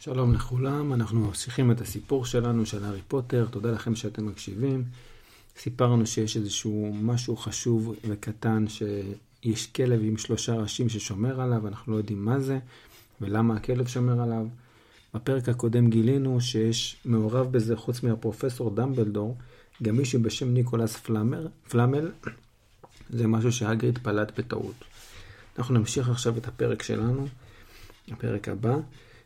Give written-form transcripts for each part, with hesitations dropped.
שלום לכולם, אנחנו ממשיכים את הסיפור שלנו של הארי פוטר, תודה לכם שאתם מקשיבים. סיפרנו שיש איזשהו משהו חשוב וקטן שיש כלב עם 3 ראשים ששומר עליו, אנחנו לא יודעים מה זה ולמה הכלב שומר עליו. בפרק הקודם גילינו שיש מעורב בזה חוץ מהפרופסור דמבלדור, גם מישהו בשם ניקולס פלמל, זה משהו שהגריד פלט בטעות. אנחנו נמשיך עכשיו את הפרק שלנו, הפרק הבא.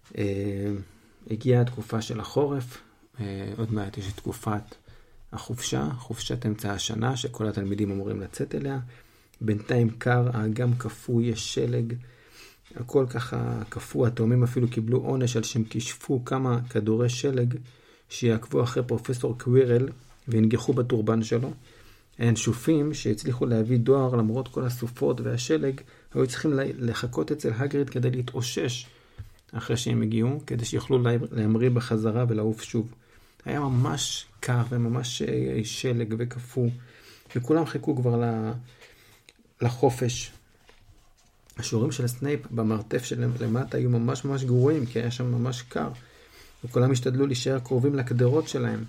הגיעה התקופה של החורף, עוד מעט יש תקופת החופשה, חופשת אמצע השנה שכל התלמידים אמורים לצאת אליה. בינתיים קר, האגם קפוא, יש שלג, הכל ככה קפוא, התאומים אפילו קיבלו עונש על שהם כשפו כמה כדורי שלג שיעקבו אחרי פרופסור קווירל והנגחו בטורבן שלו. האנשופים שהצליחו להביא דואר למרות כל הסופות והשלג היו צריכים לחכות אצל הגריד כדי להתאושש אחרי שהם הגיעו, כדי שיוכלו להמריא בחזרה ולעוף שוב. היה ממש קר וממש שלג וקפוא, וכולם חיכו כבר לחופש. השיעורים של סנייפ במרתף שלמטה היו ממש ממש גרועים, כי היה שם ממש קר, וכולם השתדלו להישאר קרובים לקדרות שלהם.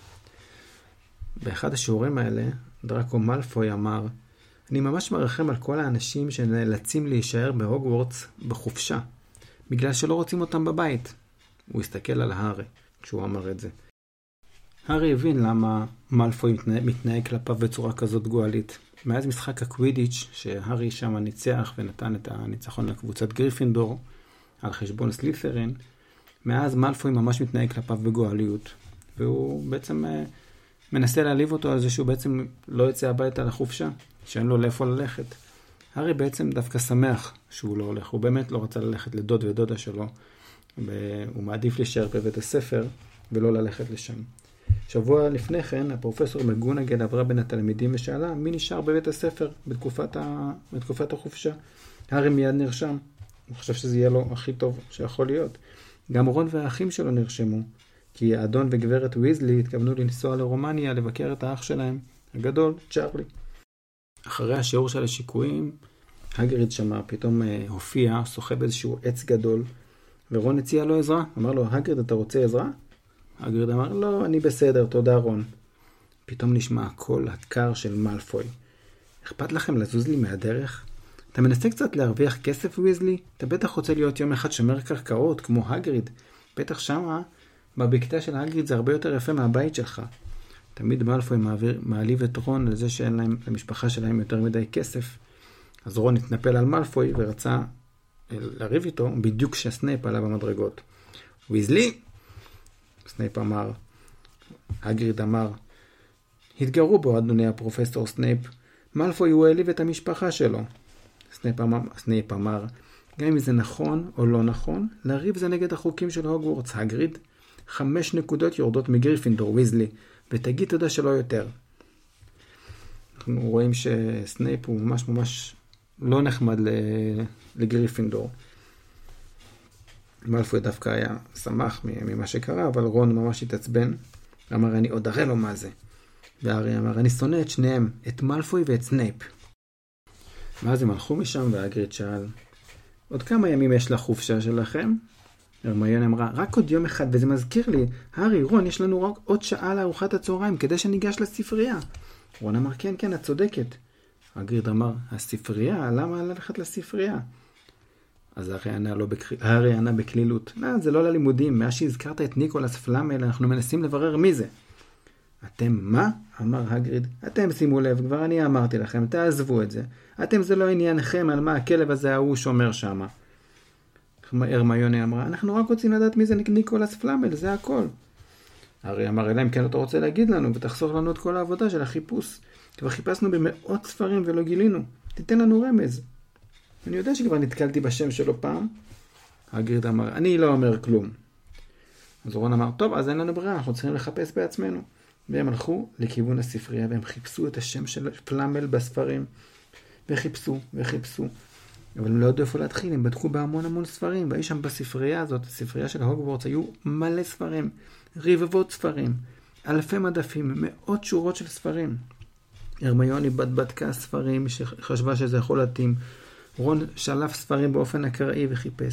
באחד השיעורים האלה, דראקו מאלפוי אמר, אני ממש מרחם על כל האנשים שנאלצים להישאר בהוגוורטס בחופשה, בגלל שלא רוצים אותם בבית. הוא הסתכל על הארי כשהוא אמר את זה. הארי הבין למה מאלפוי מתנהג כלפיו בצורה כזאת גואלית. מאז משחק הקווידיץ' שהארי שם ניצח ונתן את הניצחון לקבוצת גריפינדור על חשבון סלית'רין, מאז מאלפוי ממש מתנהג כלפיו בגואליות. והוא בעצם מנסה להעליב אותו על זה שהוא בעצם לא יצא הביתה לחופשה, שאין לו לאיפה ללכת. הארי בעצם דווקא שמח שהוא לא הולך, הוא באמת לא רצה ללכת לדוד ודודה שלו, הוא מעדיף להישאר בבית הספר ולא ללכת לשם. שבוע לפני כן, הפרופסור מגונגל עברה בין התלמידים ושאלה מי נשאר בבית הספר בתקופת החופשה. הארי מיד נרשם, הוא חושב שזה יהיה לו הכי טוב שיכול להיות. גם רון והאחים שלו נרשמו, כי האדון וגברת ויזלי התכוונו לנסוע לרומניה לבקר את האח שלהם, הגדול, צ'ארלי. אחרי השיעור של השיקויים, הגריד שמע, פתאום הופיע, סוחב איזשהו עץ גדול, ורון הציע לו עזרה. אמר לו, הגריד, אתה רוצה עזרה? הגריד אמר, לא, אני בסדר, תודה רון. פתאום נשמע הקול הקר של מאלפוי. אכפת לכם לזוז לי מהדרך? אתה מנסה קצת להרוויח כסף, ויזלי? אתה בטח רוצה להיות יום אחד שומר קרקעות, כמו הגריד. בטח שמה, בבקתה של הגריד זה הרבה יותר יפה מהבית שלך. תמיד מאלפוי מעליב את רון על זה שאין להם, למשפחה שלהם יותר מדי כסף. אז רון התנפל על מאלפוי ורצה לריב איתו בדיוק כשסנייפ עלה במדרגות. ויזלי! סנייפ אמר, הגריד אמר, התגרו בו אדוני הפרופסור סנייפ, מאלפוי הוא העליב את המשפחה שלו. סנייפ אמר, גם אם זה נכון או לא נכון, לריב זה נגד החוקים של הוגוורטס. הגריד, 5 נקודות יורדות מגריפינדור, ויזלי, ותגיד תודה שלא יותר. אנחנו רואים שסנייפ הוא ממש ממש לא נחמד לגריפינדור. מאלפוי דווקא היה שמח ממה שקרה, אבל רון ממש התעצבן. אמר, אני עוד אראה לו מה זה. והארי אמר, אני שונא את שניהם, את מאלפוי ואת סנייפ. ואז הם הלכו משם, והגריד שאל, עוד כמה ימים יש לחופשה שלכם? הרמיון אמרה, רק עוד יום אחד, וזה מזכיר לי, הארי, רון, יש לנו רק עוד שעה לארוחת הצהריים, כדי שניגש לספרייה. רון אמר, כן, כן, את צודקת. הגריד אמר, הספרייה? למה ללכת לספרייה? אז הארי ענה בקלילות, זה לא ללימודים, מאז שהזכרת את ניקולס פלמל, אנחנו מנסים לברר מי זה. אתם מה? אמר הגריד, אתם שימו לב, כבר אני אמרתי לכם, תעזבו את זה. אתם זה לא עניינכם על מה הכלב הזה הוא שומר שמה. הרמיוני אמרה, אנחנו רק רוצים לדעת מי זה ניקולס פלמל, זה הכל. הארי אמר, אלא אם כן אתה רוצה להגיד לנו, ותחסוך לנו את כל העבודה של החיפוש. כבר חיפשנו במאות ספרים ולא גילינו. תיתן לנו רמז. אני יודע שכבר נתקלתי בשם שלו פעם. הגריד אמר, אני לא אומר כלום. אז רון אמר, טוב, אז אין לנו ברירה, אנחנו צריכים לחפש בעצמנו. והם הלכו לכיוון הספרייה, והם חיפשו את השם של פלמל בספרים. וחיפשו. אבל הם לא יודעו איפה להתחיל, הם בדקו בהמון ספרים, והיו שם בספרייה הזאת, הספרייה של הוגוורטס, היו מלא ספרים, רבבות ספרים, אלפי מדפים, מאות שורות של ספרים. הרמיוני בדקה ספרים שחשבה שזה יכול להתאים, רון שלף ספרים באופן אקראי וחיפש.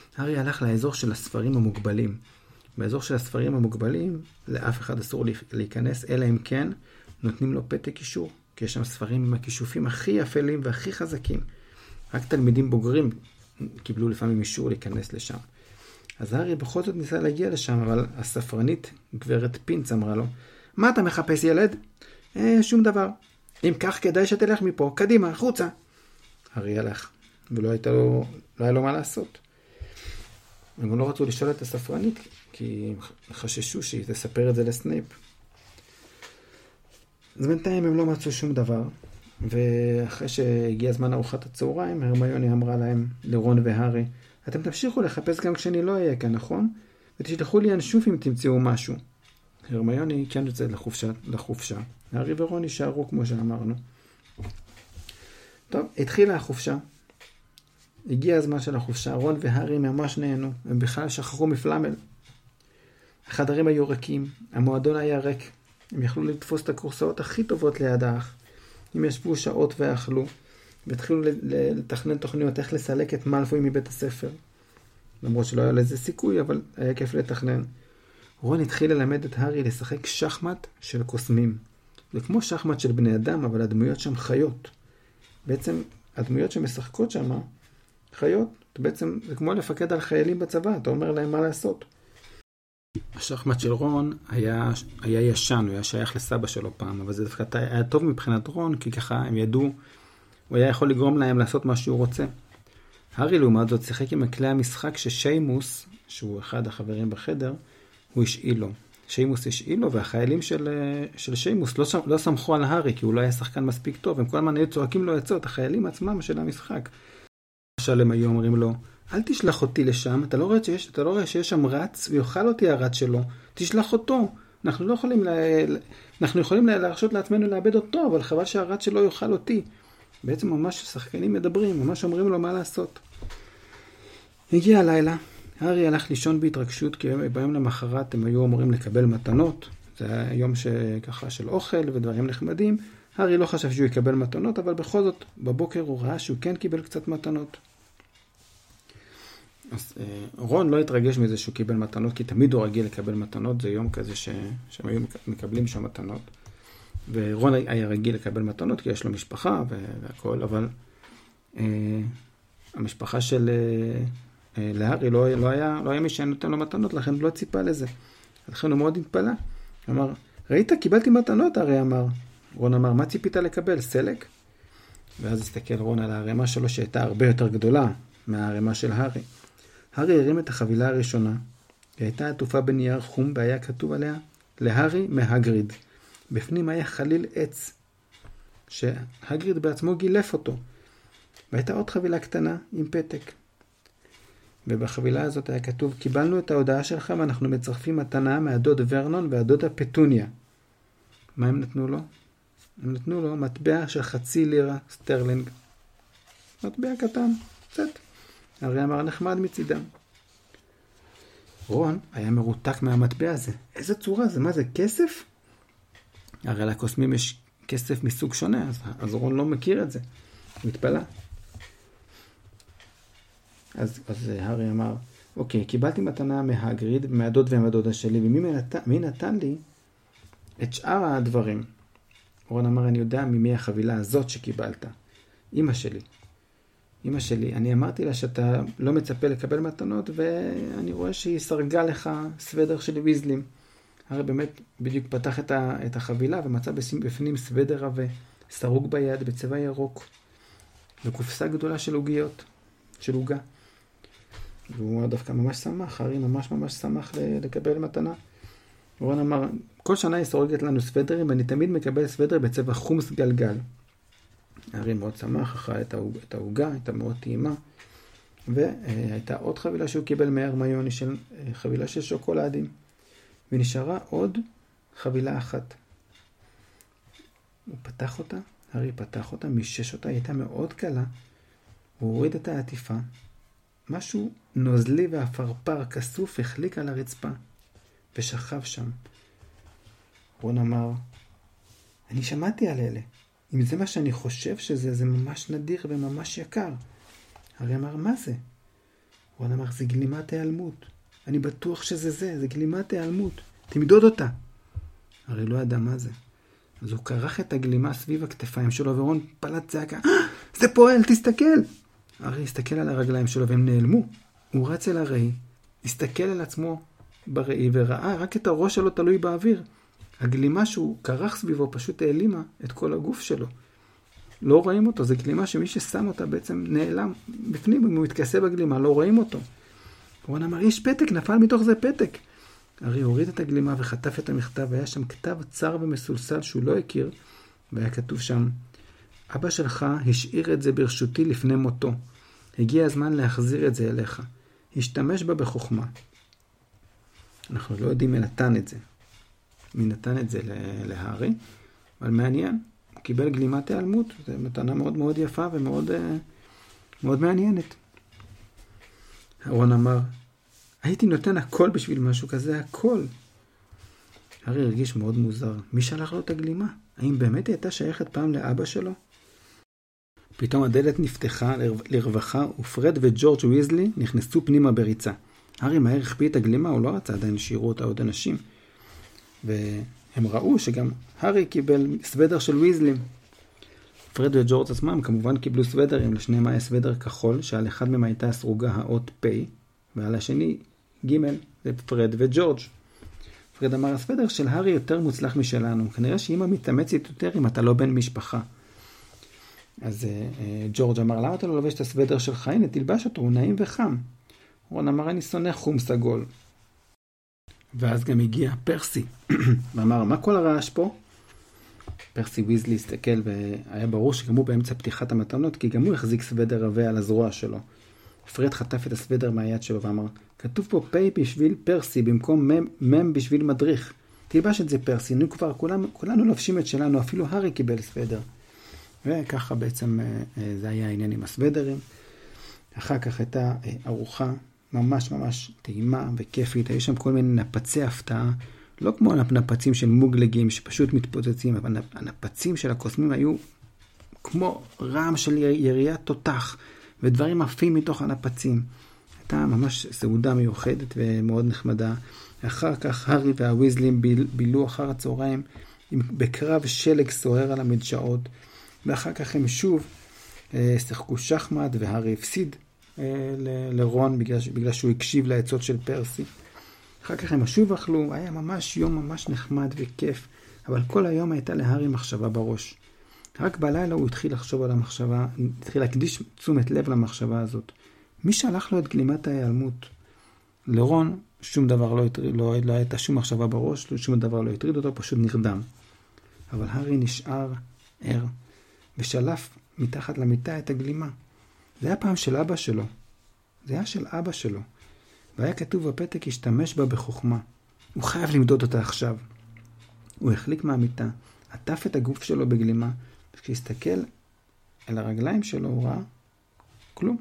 הארי הלך לאזור של הספרים המוגבלים. באזור של הספרים המוגבלים, לאף אחד אסור להיכנס, אלא אם כן נותנים לו פתק אישור, כי יש שם ספרים עם הכישופים הכי אפלים והכי חזקים. רק תלמידים בוגרים קיבלו לפעמים אישור להיכנס לשם. אז הארי בכל זאת ניסה להגיע לשם, אבל הספרנית, גברת פינץ, אמרה לו, מה אתה מחפש ילד? שום דבר. אם כך כדאי שתלך מפה, קדימה, חוצה. הארי הלך, ולא היה לו מה לעשות. הם לא רצו לשאול את הספרנית, כי חששו שהיא תספר את זה לסנייפ. אז בינתיים הם לא מצאו שום דבר, ואחרי שהגיע זמן ארוחת הצהריים, הרמיוני אמרה להם, לרון והארי, אתם תמשיכו לחפש גם כשאני לא אהיה כאן, נכון? ותשלחו לי אנשוף אם תמצאו משהו. הרמיוני כן יוצא לחופשה. הארי ורון יישארו כמו שאמרנו. טוב, התחילה החופשה. הגיע הזמן של החופשה, רון והארי ממש נהנו, הם בכלל שכחו מפלמל. החדרים היו ריקים, המועדון היה ריק, הם יכלו לתפוס את הקורסאות הכי טובות ליד האח. הם ישבו שעות ואכלו, והתחילו לתכנן תוכניות איך לסלק את מאלפוי מבית הספר. למרות שלא היה לזה סיכוי, אבל היה כיף לתכנן. רון התחיל ללמד את הארי לשחק שחמט של קוסמים. זה כמו שחמט של בני אדם, אבל הדמויות שם חיות. בעצם הדמויות שמשחקות שם חיות, בעצם זה כמו לפקד על חיילים בצבא, אתה אומר להם מה לעשות. השחמט של רון היה ישן, הוא היה שייך לסבא שלו פעם, אבל זה דווקא היה טוב מבחינת רון, כי ככה הם ידעו, הוא היה יכול לגרום להם לעשות מה שהוא רוצה. הארי לעומת זאת שיחק עם כלי המשחק ששיימוס, שהוא אחד החברים בחדר, הוא השאיל לו. שיימוס השאיל לו, והחיילים של שיימוס לא סמכו על הארי, כי הוא לא היה שחקן מספיק טוב, הם כל הזמן היו צועקים לו עצות, החיילים עצמם של המשחק. למשל הם היו אומרים לו, אל תשלח אותי לשם, אתה לא רואה שיש שם רץ, ויוכל אותי הרץ שלו, תשלח אותו. אנחנו יכולים להרשות לעצמנו לאבד אותו, אבל חבל שהרץ שלו יוכל אותי. בעצם ממש שחקנים מדברים, ממש אומרים לו מה לעשות. הגיע הלילה, הארי הלך לישון בהתרגשות, כי ביום למחרת הם היו אמורים לקבל מתנות. זה היה יום ככה של אוכל ודברים נחמדים. הארי לא חשב שהוא יקבל מתנות, אבל בכל זאת בבוקר הוא ראה שהוא כן קיבל קצת מתנות. אז רון לא התרגש מזה שהוא קיבל מתנות, כי תמיד הוא רגיל לקבל מתנות, זה יום כזה שהם היו מקבלים שם מתנות. ורון היה רגיל לקבל מתנות, כי יש לו משפחה והכל, אבל המשפחה של להארי לא היה מי שנותן לו מתנות, לכן לא ציפה לזה. לכן הוא מאוד התפלא. הוא אמר, ראית? קיבלתי מתנות, הארי אמר. רון אמר, מה ציפית לקבל? סלק? ואז הסתכל רון על הערימה שלו, שהייתה הרבה יותר גדולה מהערימה של הארי. הארי הרים את החבילה הראשונה, היא הייתה עטופה בנייר חום, והיה כתוב עליה, להארי מהגריד. בפנים היה חליל עץ, שהגריד בעצמו גילף אותו. והייתה עוד חבילה קטנה עם פתק. ובחבילה הזאת היה כתוב, קיבלנו את ההודעה שלך, ואנחנו מצרפים מתנה מהדוד ורנון והדודה פטוניה. מה הם נתנו לו? הם נתנו לו מטבע של 0.5 לירה סטרלינג. מטבע קטן, קצת. הארי אמר נחמד מצידם. רון היה מרותק מהמטבע הזה. איזה צורה זה? מה זה? כסף? הרי לקוסמים יש כסף מסוג שונה, אז רון לא מכיר את זה. מתפלא. אז הארי אמר, אוקיי, קיבלתי מתנה מהגריד, מהדוד ומהדודה שלי, ומי נתן לי את שאר הדברים? רון אמר, אני יודע ממי החבילה הזאת שקיבלת. אמא שלי, אני אמרתי לה שאתה לא מצפה לקבל מתנות, ואני רואה שהיא סרגה לך סוודר של ויזלים. הרי באמת בדיוק פתח את החבילה, ומצא בפנים סוודר עבה, סרוג ביד, בצבע ירוק, וקופסה גדולה של עוגיות, של עוגה. והוא דווקא ממש שמח, הארי ממש שמח לקבל מתנה. רון אמר, כל שנה היא סורגת לנו סוודרים, ואני תמיד מקבל סוודר בצבע חומס גלגל. הארי מאוד שמח, אחרי את העוגה, הייתה מאוד טעימה, והייתה עוד חבילה שהוא קיבל מהרמיוני, חבילה של שוקולדים, ונשארה עוד חבילה אחת. הוא פתח אותה, הארי פתח אותה, מישש אותה, היא הייתה מאוד קלה, הוא הוריד את העטיפה, משהו נוזלי והפרפר כסוף החליק על הרצפה, ושכב שם. רון אמר, אני שמעתי על אלה. אם זה מה שאני חושב שזה, זה ממש נדיר וממש יקר. הארי אמר, מה זה? רון אמר, זה גלימת היעלמות. אני בטוח שזה זה גלימת היעלמות. תמדוד אותה. הרי לא ידע מה זה. אז הוא קרח את הגלימה סביב הכתפיים שלו, ורון פלט צעקה, זה פועל, תסתכל. הרי הסתכל על הרגליים שלו והם נעלמו. הוא רץ אל הראי, הסתכל על עצמו בראי וראה רק את הראש שלו תלוי באוויר. הגלימה שהוא קרח סביבו פשוט העלימה את כל הגוף שלו. לא רואים אותו, זה גלימה שמי ששם אותה בעצם נעלם בפנים, אם הוא מתכסה בגלימה לא רואים אותו. רון אמר, יש פתק, נפל מתוך זה פתק. הרי הוריד את הגלימה וחטף את המכתב, והיה שם כתב צר ומסולסל שהוא לא הכיר, והיה כתוב שם, אבא שלך השאיר את זה ברשותי לפני מותו. הגיע הזמן להחזיר את זה אליך. השתמש בה בחוכמה. אנחנו לא יודעים מי נתן את זה. מי נתן את זה להארי, אבל מעניין. הוא קיבל גלימת היעלמות. זו מתנה מאוד מאוד יפה ומאוד מאוד מעניינת. רון אמר, הייתי נותן הכל בשביל משהו כזה, הכל. הארי הרגיש מאוד מוזר. מי שלח לו את הגלימה? האם באמת היא הייתה שייכת פעם לאבא שלו? פתאום הדלת נפתחה לרווחה, ופרד וג'ורג' ויזלי נכנסו פנימה בריצה. הארי מהר החביא את הגלימה, הוא לא רצה עדיין שיראו אותה עוד אנשים. והם ראו שגם הארי קיבל סוודר של ויזלים. פרד וג'ורג' עצמם כמובן קיבלו סוודרים, לשניהם היה סוודר כחול, שעל אחד מהם הייתה סרוגה האות פ', ועל השני ג', זה פרד וג'ורג'. פרד אמר, הסוודר של הארי יותר מוצלח משלנו, כנראה שאמא מתאמצת יותר אם אתה לא בן משפחה. אז ג'ורג' אמר, למה אתה לא לובש את הסוודר שלך? הנה, תלבש אותו, הוא נעים וחם. רון אמר, אני שונא חום סגול. ואז גם הגיע פרסי, ואמר, מה כל הרעש פה? פרסי ויזלי הסתכל, והיה ברור שגם הוא באמצע פתיחת המתנות, כי גם הוא החזיק סוודר רווה על הזרוע שלו. פרד חטף את הסוודר מהיד שלו ואמר, כתוב פה פ' בשביל פרסי, במקום מ' בשביל מדריך. תלבש את זה פרסי, נו כבר, כולנו לובשים את שלנו, אפילו הארי קיבל סוודר. וככה בעצם זה היה העניין עם הסוודרים. אחר כך הייתה ארוחה ממש ממש טעימה וכיפית. היו שם כל מיני נפצי הפתעה, לא כמו הנפצים של מוגלגים שפשוט מתפוצצים, אבל הנפצים של הקוסמים היו כמו רעם של יריית תותח, ודברים עפים מתוך הנפצים. הייתה ממש סעודה מיוחדת ומאוד נחמדה. אחר כך הארי והוויזלים בילו אחר הצהריים בקרב שלג סוער על המדשאות, ואחר כך הם שוב שיחקו שחמט, והארי הפסיד לרון בגלל שהוא הקשיב לעצות של פרסי. אחר כך הם שוב אכלו, היה ממש יום ממש נחמד וכיף, אבל כל היום הייתה להארי מחשבה בראש. רק בלילה הוא התחיל לחשוב על המחשבה, התחיל להקדיש תשומת לב למחשבה הזאת. מי שלח לו את גלימת ההיעלמות? לרון שום דבר לא הייתה שום מחשבה בראש, שום דבר לא הטריד אותו, פשוט נרדם. אבל הארי נשאר ער, ושלף מתחת למיטה את הגלימה. זה היה פעם של אבא שלו. זה היה של אבא שלו. והיה כתוב בפתק, השתמש בה בחוכמה. הוא חייב למדוד אותה עכשיו. הוא החליק מהמיטה, עטף את הגוף שלו בגלימה, וכשהסתכל על הרגליים שלו, הוא ראה כלום.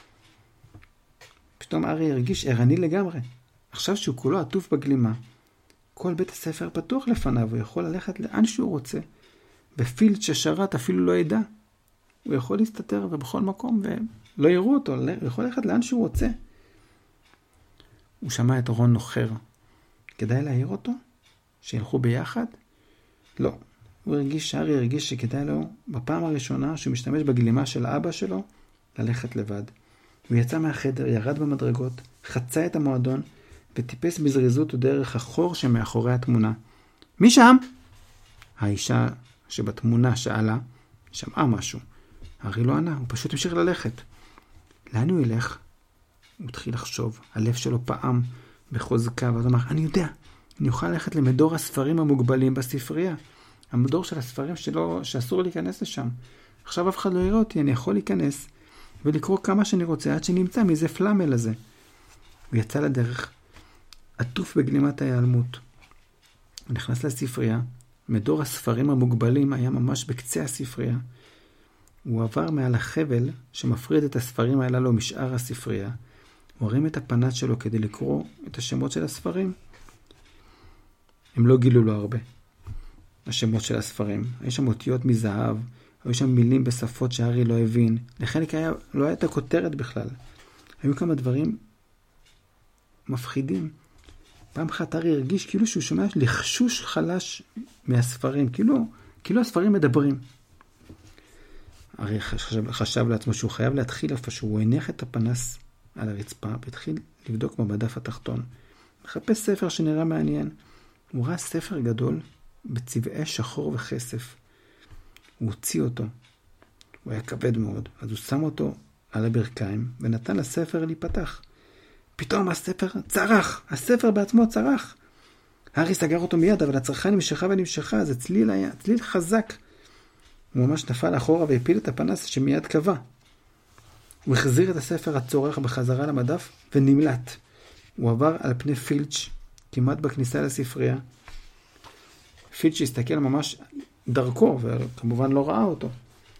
פתאום הארי הרגיש ערני לגמרי. עכשיו שהוא כולו עטוף בגלימה, כל בית הספר פתוח לפניו, הוא יכול ללכת לאן שהוא רוצה, ופילד ששרת אפילו לא ידע. הוא יכול להסתתר ובכל מקום ולא יראו אותו, הוא יכול ללכת לאן שהוא רוצה. הוא שמע את רון נוחר. כדאי להעיר אותו? שילכו ביחד? לא. הארי הרגיש שכדאי לו בפעם הראשונה שהוא משתמש בגלימה של אבא שלו ללכת לבד. הוא יצא מהחדר, ירד במדרגות, חצה את המועדון וטיפס בזריזות דרך החור שמאחורי התמונה. מי שם? האישה שבתמונה שאלה, שמעה משהו. הארי לא ענה, הוא פשוט המשיך ללכת. לאן הוא ילך? הוא התחיל לחשוב, הלב שלו פעם בחוזקה, ואז אמר, אני יודע, אני אוכל ללכת למדור הספרים המוגבלים בספרייה. המדור של הספרים שאסור להיכנס לשם. עכשיו אף אחד לא יראה אותי, אני יכול להיכנס ולקרוא כמה שאני רוצה עד שנמצא מזה פלמל הזה. הוא יצא לדרך, עטוף בגלימת ההיעלמות. הוא נכנס לספרייה, מדור הספרים המוגבלים היה ממש בקצה הספרייה. הוא עבר מעל החבל שמפריד את הספרים האלה לו משאר הספרייה. הוא הרים את הפנס שלו כדי לקרוא את השמות של הספרים. הם לא גילו לו הרבה. השמות של הספרים. היו שם אותיות מזהב, היו שם מילים בשפות שהארי לא הבין. לחלק לא הייתה כותרת בכלל. היו כמה דברים מפחידים. פעם אחת הארי הרגיש כאילו שהוא שומע לחשוש חלש מהספרים, כאילו הספרים מדברים. הארי חשב לעצמו שהוא חייב להתחיל איפשהו, הוא הניח את הפנס על הרצפה, והתחיל לבדוק במדף התחתון. מחפש ספר שנראה מעניין. הוא ראה ספר גדול בצבעי שחור וכסף. הוא הוציא אותו. הוא היה כבד מאוד, אז הוא שם אותו על הברכיים, ונתן לספר להיפתח. פתאום הספר צרח, הספר בעצמו צרח. הארי סגר אותו מיד, אבל הצרחה נמשכה ונמשכה, זה צליל חזק. הוא ממש נפל אחורה והפיל את הפנס שמיד קבע. הוא החזיר את הספר הצורח בחזרה למדף ונמלט. הוא עבר על פני פילץ' כמעט בכניסה לספרייה. פילץ' הסתכל ממש דרכו, וכמובן לא ראה אותו.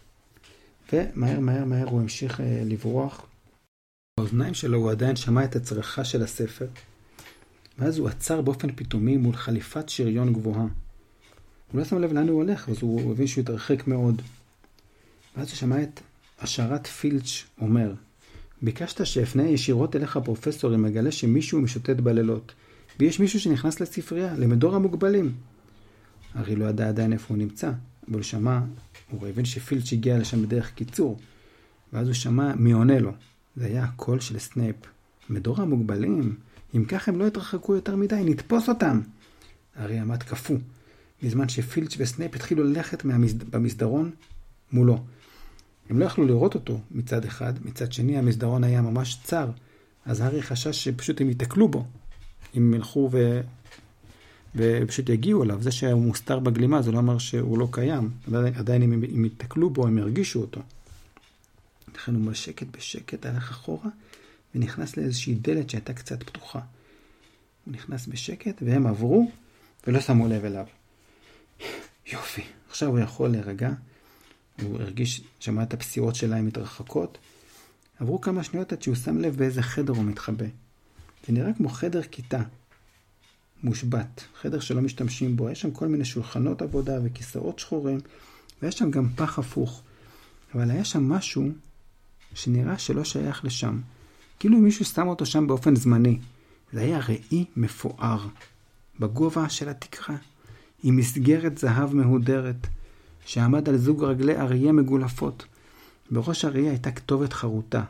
ומהר הוא המשיך לברוח. באוזניים שלו הוא עדיין שמע את הצרחה של הספר, ואז הוא עצר באופן פתאומי מול חליפת שריון גבוהה. הוא לא שם לב לאן הוא הולך, אז הוא הבין שהוא התרחק מאוד. ואז הוא שמע את השערת פילץ' אומר, ביקשת שיפנה ישירות אליך פרופסור אם מגלה שמישהו משוטט בלילות, ויש מישהו שנכנס לספרייה, למדור המוגבלים. הארי לא ידע עדיין איפה הוא נמצא, אבל הוא שמע, הוא הבין שפילץ' הגיע לשם בדרך קיצור, ואז הוא שמע מי עונה לו. זה היה הקול של סנייפ. מדור המוגבלים, אם כך הם לא יתרחקו יותר מדי, נתפוס אותם. הארי עמד קפוא, בזמן שפילץ' וסנייפ התחילו ללכת במסדרון מולו. הם לא יכלו לראות אותו מצד אחד, מצד שני המסדרון היה ממש צר, אז הארי חשש שפשוט הם יתקלו בו. אם ילכו ופשוט יגיעו אליו, זה שהוא מוסתר בגלימה, זה לא אומר שהוא לא קיים. עדיין אם יתקלו בו, הם ירגישו אותו. לכן הוא בשקט הלך אחורה, ונכנס לאיזושהי דלת שהייתה קצת פתוחה. הוא נכנס בשקט, והם עברו, ולא שמו לב אליו. יופי, עכשיו הוא יכול להירגע. הוא הרגיש, שמע את הפסיעות שלהם מתרחקות. עברו כמה שניות עד שהוא שם לב באיזה חדר הוא מתחבא. זה נראה כמו חדר כיתה. מושבת, חדר שלא משתמשים בו. יש שם כל מיני שולחנות עבודה וכיסאות שחורים, ויש שם גם פח הפוך. אבל היה שם משהו שנראה שלא שייך לשם. כאילו מישהו שם אותו שם באופן זמני. זה היה ראי מפואר, בגובה של התקרה, עם מסגרת זהב מהודרת, שעמד על זוג רגלי אריה מגולפות. בראש הראי הייתה כתובת חרוטה.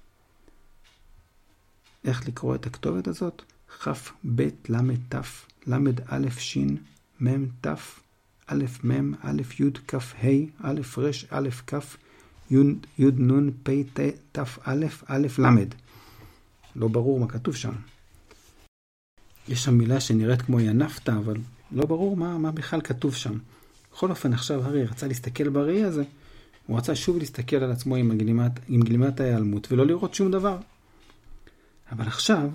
איך לקרוא את הכתובת הזאת? כף בית למד תף, למד א' שין, מם תף, א' מם, א' י' כף ה', א' ר' א' כף, י' נ' פ' תף א', א' למד. לא ברור מה כתוב שם. יש שם מילה שנראית כמו ינפת, אבל לא ברור מה בכלל כתוב שם. בכל אופן, עכשיו הארי רצה להסתכל בראי הזה. הוא רצה שוב להסתכל על עצמו עם גלימת ההיעלמות, ולא לראות שום דבר. אבל עכשיו,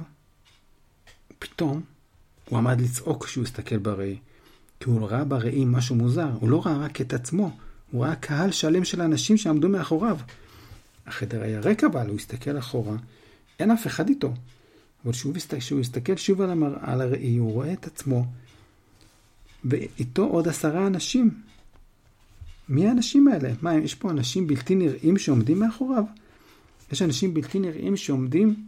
פתאום, הוא עמד לצעוק כשהוא הסתכל בראי. כי הוא ראה בראי משהו מוזר. הוא לא ראה רק את עצמו. הוא ראה קהל שלם של אנשים שעמדו מאחוריו. החדר היה ריק, אבל הוא הסתכל אחורה. אין אף אחד איתו. אבל כשהוא הסתכל שוב על הראי, הוא רואה את עצמו, ואיתו עוד 10 אנשים. מי האנשים האלה? מה, יש פה אנשים בלתי נראים שעומדים מאחוריו? יש אנשים בלתי נראים שעומדים,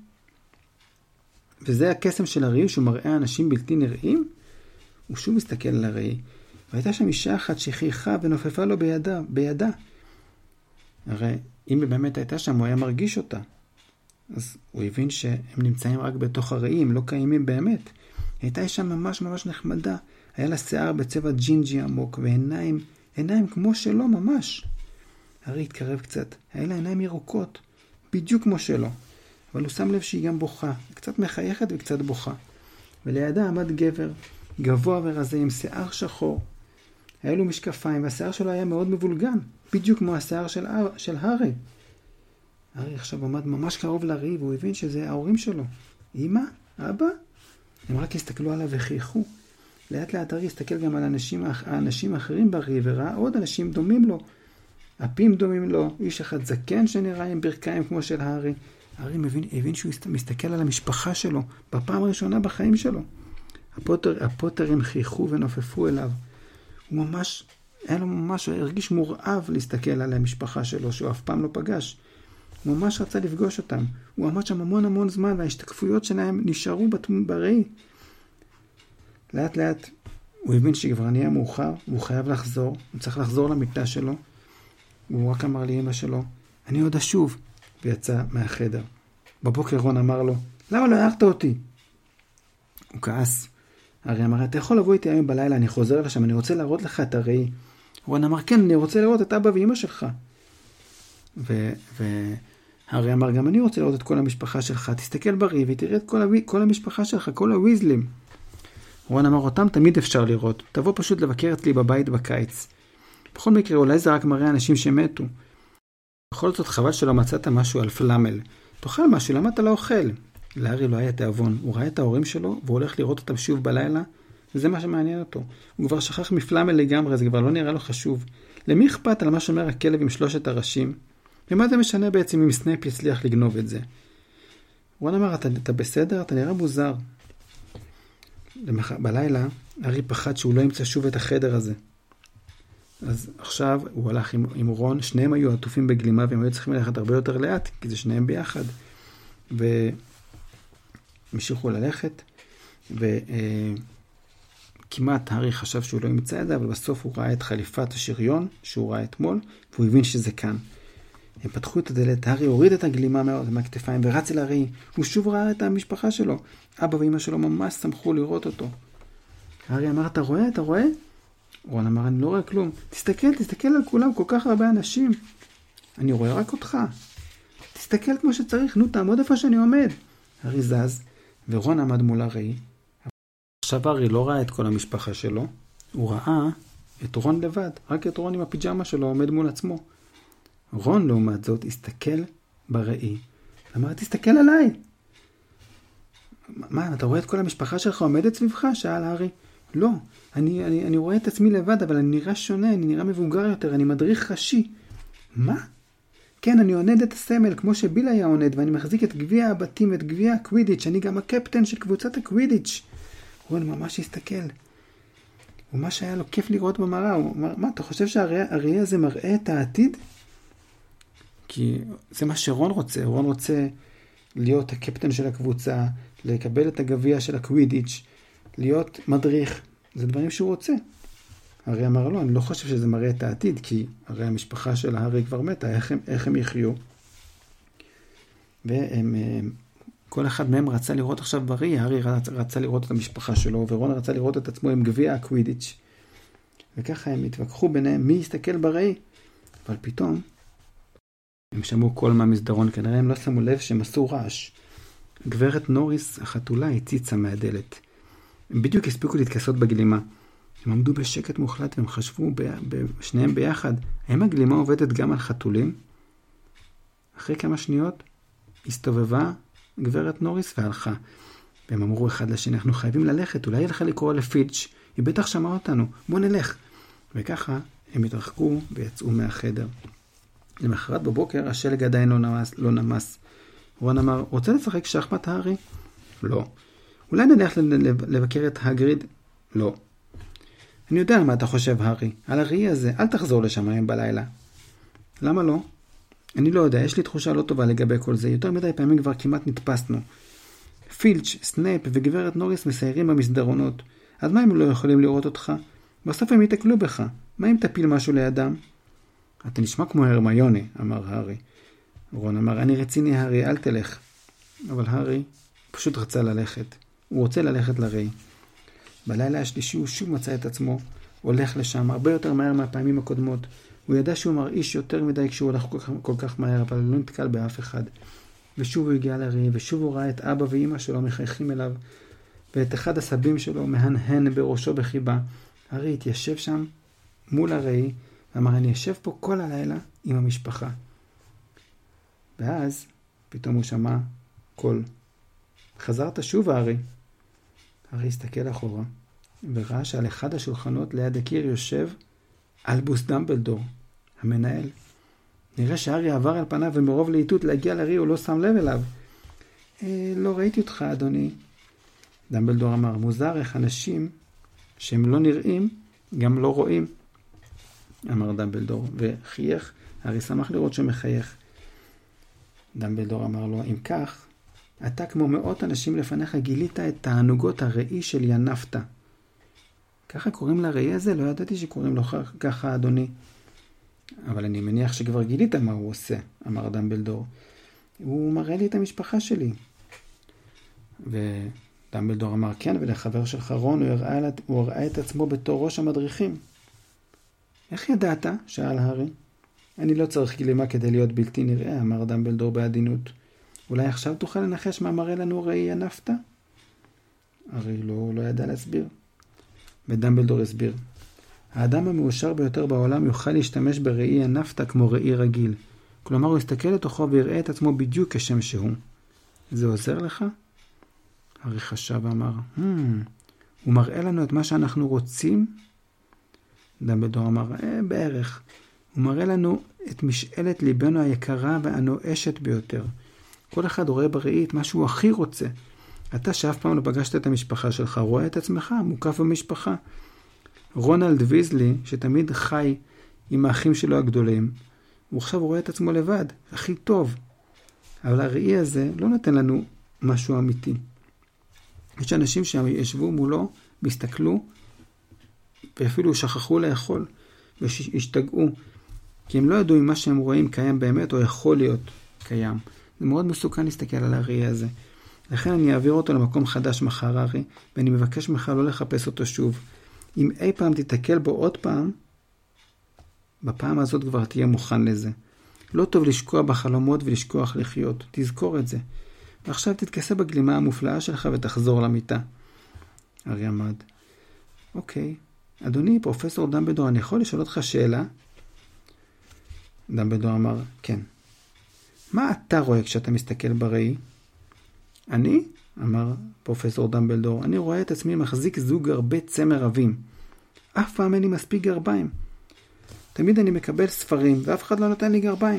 וזה הקסם של הראי, שהוא מראה אנשים בלתי נראים? הוא שוב מסתכל על הראי, והייתה שם אישה אחת שחייכה ונופפה לו בידה. הרי אם היא באמת הייתה שם, הוא היה מרגיש אותה. אז הוא הבין שהם נמצאים רק בתוך הראי, הם לא קיימים באמת. הייתה אישה ממש ממש נחמדה. היה לה שיער בצבע ג'ינג'י עמוק, ועיניים כמו שלו ממש. הארי התקרב קצת. היה לה עיניים ירוקות, בדיוק כמו שלו. אבל הוא שם לב שהיא גם בוכה. קצת מחייכת וקצת בוכה. ולידה עמד גבר, גבוה ורזה, עם שיער שחור. היה לו משקפיים, והשיער שלו היה מאוד מבולגן. בדיוק כמו השיער של הארי. הארי עכשיו עמד ממש קרוב לראי, והוא הבין שזה ההורים שלו. אמא? אבא? הם רק הסתכלו עליו וחייכו. לאט לאט הארי הסתכל גם על האנשים האחרים בראי, וראה עוד אנשים דומים לו. אפים דומים לו, איש אחד זקן שנראה עם ברכיים כמו של הארי. הארי הבין שהוא מסתכל על המשפחה שלו, בפעם הראשונה בחיים שלו. הפוטרים חייכו ונופפו אליו. הוא הרגיש מורעב להסתכל על המשפחה שלו, שהוא אף פעם לא פגש. הוא ממש רצה לפגוש אותם. הוא עמד שם המון זמן, וההשתקפויות שלהם נשארו בראי. לאט לאט הוא הבין שכבר נהיה מאוחר, והוא חייב לחזור, הוא צריך לחזור למיטה שלו. הוא רק אמר לאמא שלו, אני עוד אשוב, ויצא מהחדר. בבוקר רון אמר לו, למה לא הערת אותי? הוא כעס. הארי אמר, אתה יכול לבוא איתי היום בלילה, אני חוזר לשם, אני רוצה להראות לך את הראי. רון אמר, כן, אני רוצה לראות את אבא ואמא שלך. והארי אמר, גם אני רוצה לראות את כל המשפחה שלך, תסתכל בראי ותראה את כל המשפחה שלך, כל הוויזלים. רון אמר, אותם תמיד אפשר לראות, תבוא פשוט לבקר אצלי בבית בקיץ. בכל מקרה, אולי זה רק מראה אנשים שמתו. בכל זאת, חבל שלא מצאת משהו על פלאמל. תאכל משהו, למה אתה לא אוכל? להארי לא היה תיאבון, הוא ראה את ההורים שלו, והוא הולך לראות אותם שוב בלילה, וזה מה שמעניין אותו. הוא כבר שכח מפלאמל לגמרי, זה כבר לא נראה לו חשוב. למי אכפת על מה שאומר הכלב עם 3 הראשים? ומה זה משנה בעצם אם סנייפ יצליח לגנוב את זה? רון אמר, אתה בסדר? אתה נראה מוזר. בלילה, הארי פחד שהוא לא ימצא שוב את החדר הזה. אז עכשיו הוא הלך עם רון, שניהם היו עטופים בגלימה, והם היו צריכים ללכת הרבה יותר לאט, כי זה שניהם ביחד. והמשיכו ללכת, וכמעט הארי חשב שהוא לא ימצא את זה, אבל בסוף הוא ראה את חליפת השריון, שהוא ראה אתמול, והוא הבין שזה כאן. הם פתחו את הדלת, הארי הוריד את הגלימה מהכתפיים, ורץ אל הארי, הוא שוב ראה את המשפחה שלו. אבא ואמא שלו ממש שמחו לראות אותו. הארי אמר, אתה רואה? אתה רואה? רון אמר, אני לא רואה כלום. תסתכל על כולם, כל כך הרבה אנשים. אני רואה רק אותך. תסתכל כמו שצריך, נו, תעמוד איפה שאני עומד. הארי זז, ורון עמד מול הראי. עכשיו הארי לא ראה את כל המשפחה שלו, הוא ראה את רון לבד, רק את רון עם הפיג'מה שלו עומד מול עצמו. רון לעומת זאת הסתכל בראי, אמר, תסתכל עליי. מה, אתה רואה את כל המשפחה שלך עומדת סביבך? שאל הארי. לא, אני רואה את עצמי לבד, אבל אני נראה שונה, אני נראה מבוגר יותר, אני מדריך ראשי. מה? כן, אני עונד את הסמל, כמו שביל היה עונד, ואני מחזיק את גביע הבתים ואת גביע הקווידיץ', אני גם הקפטן של קבוצת הקווידיץ'. רון ממש הסתכל. ומה שהיה לו כיף לראות במראה, הוא אמר, מה, אתה חושב שהראי הזה מראה את העתיד? כי זה מה שרון רוצה, רון רוצה להיות הקפטן של הקבוצה, לקבל את הגביע של הקווידיץ', להיות מדריך, זה דברים שהוא רוצה. הארי אמר לו, אני לא חושב שזה מראה את העתיד, כי הרי המשפחה של הארי כבר מתה, איך הם יחיו? כל אחד מהם רצה לראות עכשיו בראי, הארי רצה לראות את המשפחה שלו, ורון רצה לראות את עצמו עם גביע הקווידיץ'. וככה הם התווכחו ביניהם, מי יסתכל בראי? אבל פתאום, הם שמעו קול מהמסדרון, כנראה הם לא שמו לב שהם עשו רעש. גברת נוריס, החתולה, הציצה מהדלת. הם בדיוק הספיקו להתכסות בגלימה. הם עמדו בשקט מוחלט והם חשבו שניהם ביחד, האם הגלימה עובדת גם על חתולים? אחרי כמה שניות הסתובבה גברת נוריס והלכה. והם אמרו אחד לשני, אנחנו חייבים ללכת, אולי ילך לקרוא לפילץ', היא בטח שמעה אותנו, בוא נלך. וככה הם התרחקו ויצאו מהחדר. למחרת בבוקר השלג עדיין לא נמס. רון אמר, רוצה לשחק שחמט הארי? לא. אולי נלך לבקר את הגריד? לא. אני יודע מה אתה חושב, הארי. על הראי הזה, אל תחזור לשם היום בלילה. למה לא? אני לא יודע, יש לי תחושה לא טובה לגבי כל זה. יותר מדי פעמים כבר כמעט נתפסנו. פילץ', סנייפ וגברת נוריס מסיירים במסדרונות. אז מה הם לא יכולים לראות אותך? בסוף הם יתקלו בך. מה אם תפיל משהו לידם? אתה נשמע כמו הרמיוני, אמר הארי. רון אמר, אני רציני, הארי, אל תלך. אבל הארי פשוט רצה ללכת. הוא רוצה ללכת לראי. בלילה השלישי הוא שוב מצא את עצמו, הולך לשם הרבה יותר מהר מהפעמים הקודמות. הוא ידע שהוא מרעיש יותר מדי כשהוא הולך כל כך מהר, אבל לא נתקל באף אחד. ושוב הוא הגיע לראי, ושוב הוא ראה את אבא ואמא שלו מחייכים אליו, ואת אחד הסבים שלו מהנהן בראשו בחיבה. הארי התיישב שם מול הראי, ואמר, אני יושב פה כל הלילה עם המשפחה. ואז פתאום הוא שמע קול. חזרת שוב, הארי. הארי הסתכל אחורה, וראה שעל אחד השולחנות ליד הקיר יושב אלבוס דמבלדור, המנהל. נראה שהארי עבר על פניו, ומרוב לעיתות להגיע לראי הוא לא שם לב אליו. לא ראיתי אותך, אדוני. דמבלדור אמר, מוזר איך אנשים שהם לא נראים, גם לא רואים. אמר דמבלדור, וחייך. הארי שמח לראות שמחייך. דמבלדור אמר לו, אם כך, אתה כמו מאות אנשים לפניך גילית את תענוגות הראי של ינפתא. ככה קוראים לראי הזה? לא ידעתי שקוראים לו ככה, אדוני. אבל אני מניח שכבר גילית מה הוא עושה, אמר דמבלדור. הוא מראה לי את המשפחה שלי. ודמבלדור אמר, כן, ולחבר שלך רון הוא הראה את עצמו בתור ראש המדריכים. איך ידעת? שאל הארי. אני לא צריך גלימה כדי להיות בלתי נראה, אמר דמבלדור בעדינות. אולי עכשיו תוכל לנחש מה מראה לנו ראי ינפתא? הארי לא ידע להסביר. ודמבלדור הסביר. האדם המאושר ביותר בעולם יוכל להשתמש בראי ינפתא כמו ראי רגיל. כלומר, הוא יסתכל לתוכו ויראה את עצמו בדיוק כשם שהוא. זה עוזר לך? הארי חשב ואמר, הוא מראה לנו את מה שאנחנו רוצים? דמבלדור אמר, בערך. הוא מראה לנו את משאלת ליבנו היקרה והנואשת ביותר. כל אחד רואה בראי את מה שהוא הכי רוצה. אתה שאף פעם לא פגשת את המשפחה שלך, רואה את עצמך, מוקף במשפחה. רונלד ויזלי, שתמיד חי עם האחים שלו הגדולים, הוא עכשיו רואה את עצמו לבד, הכי טוב. אבל הראי הזה לא נותן לנו משהו אמיתי. יש אנשים שישבו מולו, והסתכלו, ואפילו שכחו לאכול, והשתגעו, כי הם לא ידעו אם מה שהם רואים קיים באמת, או יכול להיות קיים. זה מאוד מסוכן להסתכל על הראי הזה. לכן אני אעביר אותו למקום חדש מחר, הארי, ואני מבקש ממך לא לחפש אותו שוב. אם אי פעם תתקל בו עוד פעם, בפעם הזאת כבר תהיה מוכן לזה. לא טוב לשקוע בחלומות ולשכוח לחיות. תזכור את זה. ועכשיו תתכסה בגלימה המופלאה שלך ותחזור למיטה. הארי עמד. אוקיי. אדוני, פרופסור דמבלדור, אני יכול לשאול אותך שאלה? דמבלדור אמר, כן. מה אתה רואה כשאתה מסתכל בראי? אני? אמר פרופסור דמבלדור, אני רואה את עצמי מחזיק זוג הרבה צמר עבים. אף פעם אין לי מספיק גרביים. תמיד אני מקבל ספרים, ואף אחד לא נותן לי גרביים.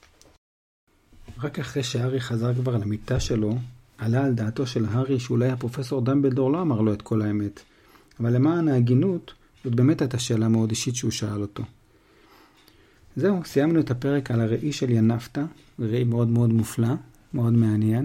רק אחרי שהארי חזר כבר למיטה שלו, עלה על דעתו של הארי שאולי הפרופסור דמבלדור לא אמר לו את כל האמת. אבל למען ההגינות, זאת באמת הייתה שאלה מאוד אישית שהוא שאל אותו. זהו, סיימנו את הפרק על הראי של ינפתא, ראי מאוד מאוד מופלא, מאוד מעניין.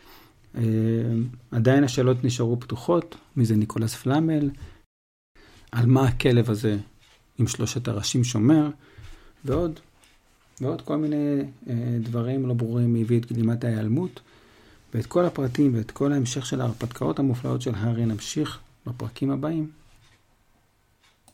עדיין השאלות נשארו פתוחות, מי זה ניקולס פלמל, על מה הכלב הזה עם 3 הראשים שומר, ועוד כל מיני דברים לא ברורים מי הביא את גלימת ההיעלמות, ואת כל הפרטים ואת כל ההמשך של ההרפתקאות המופלאות של הארי נמשיך בפרקים הבאים.